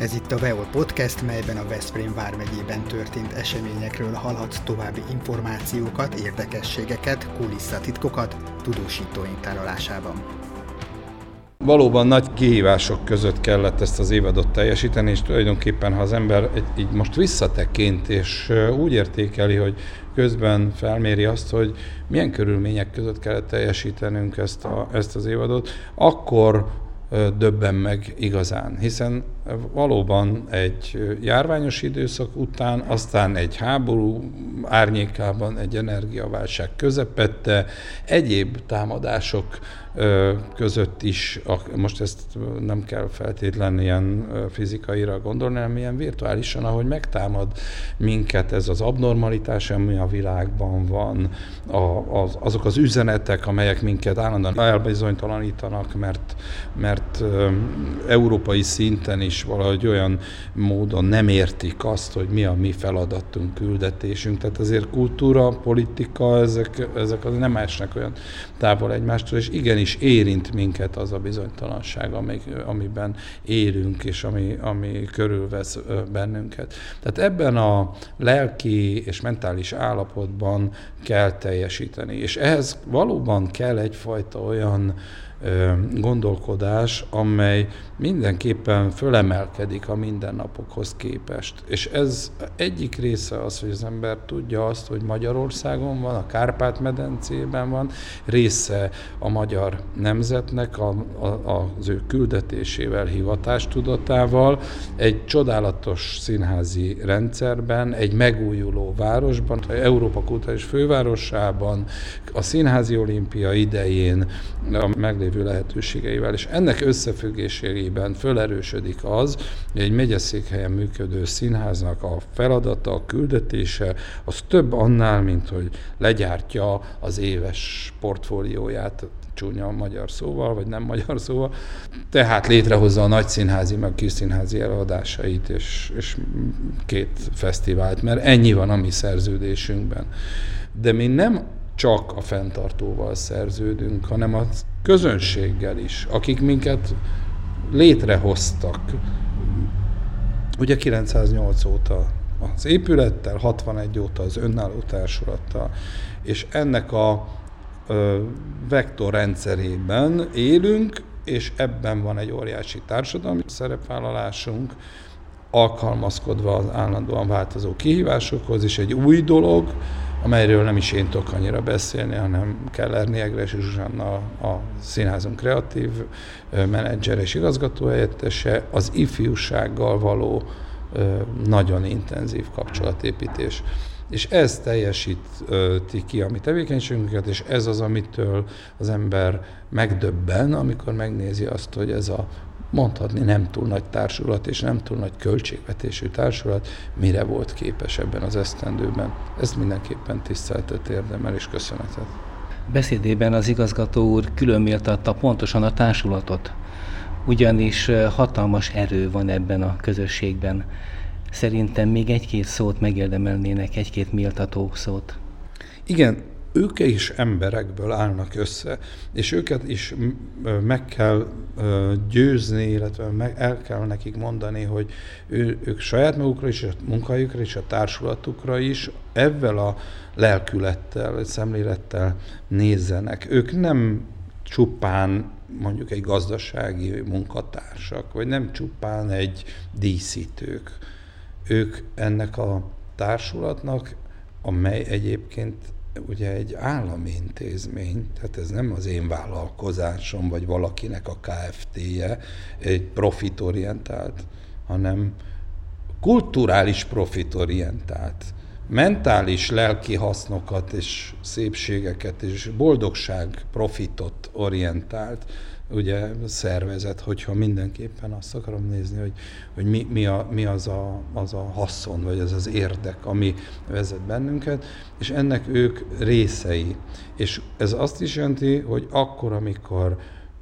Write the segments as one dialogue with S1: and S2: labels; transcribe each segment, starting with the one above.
S1: Ez itt a VEOL Podcast, melyben a Veszprém vármegyében történt eseményekről hallhatsz további információkat, érdekességeket, kulisszatitkokat tudósítóink tárolásában.
S2: Valóban nagy kihívások között kellett ezt az évadot teljesíteni, és tulajdonképpen, ha az ember így most visszatekint, és úgy értékeli, hogy közben felméri azt, hogy milyen körülmények között kellett teljesítenünk ezt az évadot, akkor döbben meg igazán, hiszen valóban egy járványos időszak után, aztán egy háború árnyékában, egy energiaválság közepette, egyéb támadások között is, most ezt nem kell feltétlenül ilyen fizikaira gondolni, hanem ilyen virtuálisan, ahogy megtámad minket ez az abnormalitás, ami a világban van, azok az üzenetek, amelyek minket állandóan elbizonytalanítanak, mert európai szinten is valahogy olyan módon nem értik azt, hogy mi a mi feladatunk, küldetésünk. Tehát azért kultúra, politika, ezek az nem esnek olyan távol egymástól, és igenis érint minket az a bizonytalanság, amiben élünk, és ami körülvesz bennünket. Tehát ebben a lelki és mentális állapotban kell teljesíteni. És ehhez valóban kell egyfajta olyan gondolkodás, amely mindenképpen fölemelkedik a mindennapokhoz képest. És ez egyik része az, hogy az ember tudja azt, hogy Magyarországon van, a Kárpát-medencében van, része a magyar nemzetnek az ő küldetésével, hivatástudatával, egy csodálatos színházi rendszerben, egy megújuló városban, Európa kulturális fővárosában, a Színházi Olimpia idején a meglévő lehetőségeivel, és ennek összefüggésében fölerősödik az, hogy egy megyeszékhelyen működő színháznak a feladata, a küldetése, az több annál, mint hogy legyártja az éves portfólióját, csúnya magyar szóval, vagy nem magyar szóval, tehát létrehozza a nagyszínházi, meg kisszínházi előadásait, és két fesztivált, mert ennyi van a mi szerződésünkben. De mi nem csak a fenntartóval szerződünk, hanem a közönséggel is, akik minket létrehoztak. Ugye 908 óta az épülettel, 61 óta az önálló társulattal, és ennek a vektorrendszerében élünk, és ebben van egy óriási társadalmi szerepvállalásunk, alkalmazkodva az állandóan változó kihívásokhoz, és egy új dolog, amelyről nem is én tudok annyira beszélni, hanem Kellerné Egressy Zsuzsanna, a színházunk kreatív menedzser és igazgatóhelyettese, az ifjúsággal való nagyon intenzív kapcsolatépítés. És ez teljesíti ki a mi tevékenységünket, és ez az, amitől az ember megdöbben, amikor megnézi azt, hogy ez a mondhatni nem túl nagy társulat és nem túl nagy költségvetésű társulat mire volt képes ebben az esztendőben. Ezt mindenképpen tiszteletet érdemel és köszönetet.
S3: Beszédében az igazgató úr külön méltatta pontosan a társulatot, ugyanis hatalmas erő van ebben a közösségben. Szerintem még egy-két szót megérdemelnének, egy-két méltató szót.
S2: Igen, ők is emberekből állnak össze, és őket is meg kell győzni, illetve el kell nekik mondani, hogy ők saját magukra is, a munkahelyükre és a társulatukra is ezzel a lelkülettel, szemlélettel nézzenek. Ők nem csupán mondjuk egy gazdasági munkatársak, vagy nem csupán egy díszítők. Ők ennek a társulatnak, amely egyébként ugye egy állami intézmény, tehát ez nem az én vállalkozásom, vagy valakinek a KFT-je, egy profitorientált, hanem kulturális profitorientált, mentális, lelki hasznokat és szépségeket és boldogság profitot orientált, ugye szervezet, hogyha mindenképpen azt akarom nézni, hogy mi az a haszon, vagy az az érdek, ami vezet bennünket, és ennek ők részei. És ez azt is jelenti, hogy akkor, amikor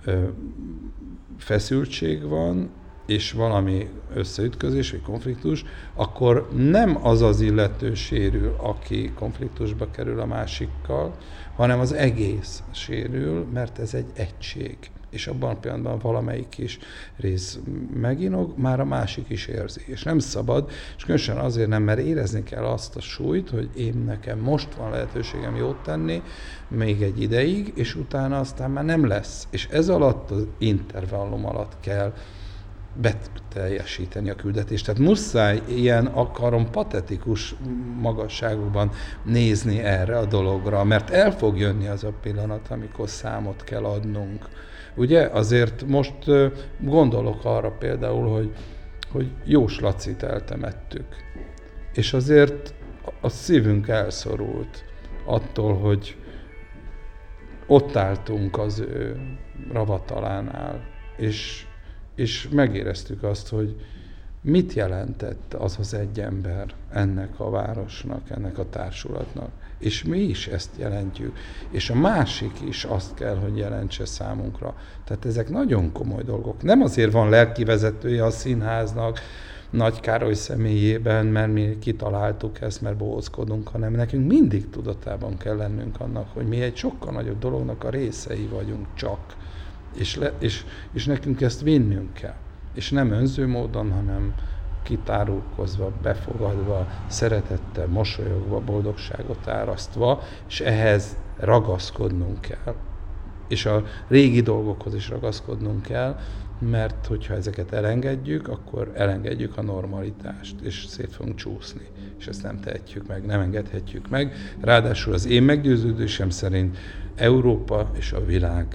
S2: feszültség van, és valami összeütközés vagy konfliktus, akkor nem az az illető sérül, aki konfliktusba kerül a másikkal, hanem az egész sérül, mert ez egy egység. és abban a pillanatban valamelyik is rész meginog, már a másik is érzi. És nem szabad, és különösen azért nem, mert érezni kell azt a súlyt, hogy nekem most van lehetőségem jót tenni, még egy ideig, és utána aztán már nem lesz. És ez alatt, az intervallum alatt kell beteljesíteni a küldetést. Tehát muszáj ilyen akarom patetikus magasságúban nézni erre a dologra, mert el fog jönni az a pillanat, amikor számot kell adnunk. Ugye? Azért most gondolok arra például, hogy Jós Lacit eltemettük. És azért a szívünk elszorult attól, hogy ott álltunk az ő ravatalánál, és megéreztük azt, hogy mit jelentett az az egy ember ennek a városnak, ennek a társulatnak. És mi is ezt jelentjük. És a másik is azt kell, hogy jelentse számunkra. Tehát ezek nagyon komoly dolgok. Nem azért van lelkivezetője a színháznak, Nagy Károly személyében, mert mi kitaláltuk ezt, mert bohózkodunk, hanem nekünk mindig tudatában kell lennünk annak, hogy mi egy sokkal nagyobb dolognak a részei vagyunk csak. És nekünk ezt vinnünk kell. És nem önző módon, hanem kitárulkozva, befogadva, szeretettel, mosolyogva, boldogságot árasztva, és ehhez ragaszkodnunk kell. És a régi dolgokhoz is ragaszkodnunk kell, mert hogyha ezeket elengedjük, akkor elengedjük a normalitást, és szét fogunk csúszni. És ezt nem tehetjük meg, nem engedhetjük meg. Ráadásul az én meggyőződésem szerint Európa és a világ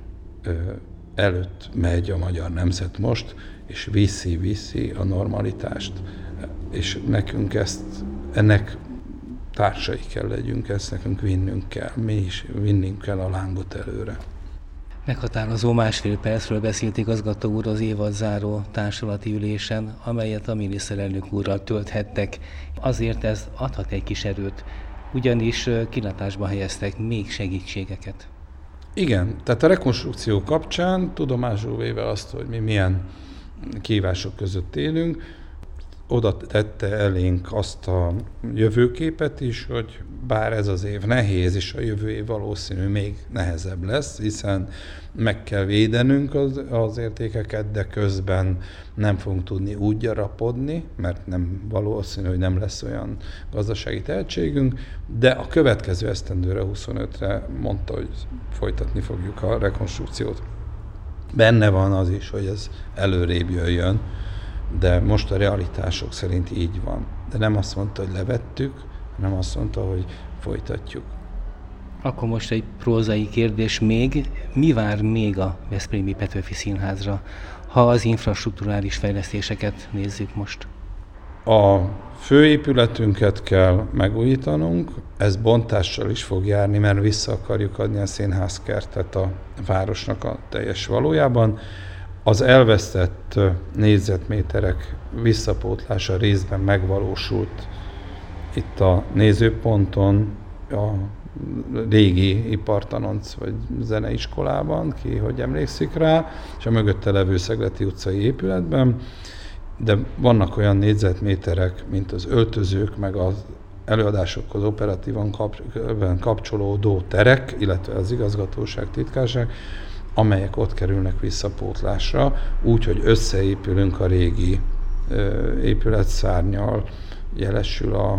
S2: előtt megy a magyar nemzet most, és viszi a normalitást. És nekünk ennek társai kell legyünk, ezt nekünk vinnünk kell. Mi is vinnünk kell a lángot előre.
S3: Meghatározó 1,5 percről beszélt igazgató úr az évadzáró társulati ülésen, amelyet a miniszterelnök úrral tölthettek. Azért ez adhat egy kis erőt, ugyanis kilátásba helyeztek még segítségeket.
S2: Igen, tehát a rekonstrukció kapcsán tudomásul véve azt, hogy mi milyen kihívások között élünk, oda tette elénk azt a jövőképet is, hogy bár ez az év nehéz, és a jövő év valószínű még nehezebb lesz, hiszen meg kell védenünk az értékeket, de közben nem fogunk tudni úgy gyarapodni, mert nem valószínű, hogy nem lesz olyan gazdasági tehetségünk, de a következő esztendőre, 25-re mondta, hogy folytatni fogjuk a rekonstrukciót. Benne van az is, hogy ez előrébb jöjjön, de most a realitások szerint így van. De nem azt mondta, hogy levettük, hanem azt mondta, hogy folytatjuk.
S3: Akkor most egy prózai kérdés még. Mi vár még a Veszprémi Petőfi Színházra, ha az infrastrukturális fejlesztéseket nézzük most?
S2: A főépületünket kell megújítanunk, ez bontással is fog járni, mert vissza akarjuk adni a színházkertet a városnak a teljes valójában. Az elvesztett négyzetméterek visszapótlása részben megvalósult itt a nézőponton, a régi ipartanonc vagy zeneiskolában, ki hogy emlékszik rá, és a mögötte levő Szegleti utcai épületben, de vannak olyan négyzetméterek, mint az öltözők, meg az előadásokhoz operatívan kapcsolódó terek, illetve az igazgatóság, titkárság, amelyek ott kerülnek visszapótlásra, úgy, hogy összeépülünk a régi épületszárnnyal, jelesül a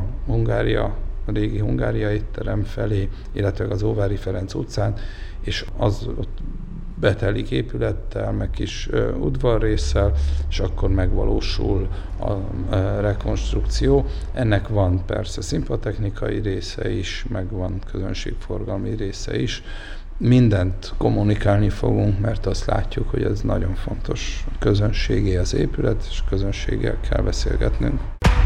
S2: régi Hungária étterem felé, illetve az Óvári Ferenc utcán, és az ott betelik épülettel, meg kis udvarrésszel, és akkor megvalósul a rekonstrukció. Ennek van persze színpadtechnikai része is, meg van közönségforgalmi része is. Mindent kommunikálni fogunk, mert azt látjuk, hogy ez nagyon fontos közönségé az épület, és közönséggel kell beszélgetnünk.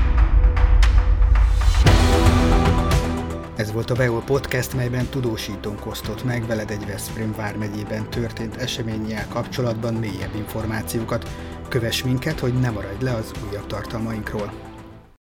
S1: Ez volt a VEOL Podcast, melyben tudósítónk osztott meg veled egy Veszprém vármegyében történt eseménnyel kapcsolatban mélyebb információkat. Kövess minket, hogy ne maradj le az újabb tartalmainkról.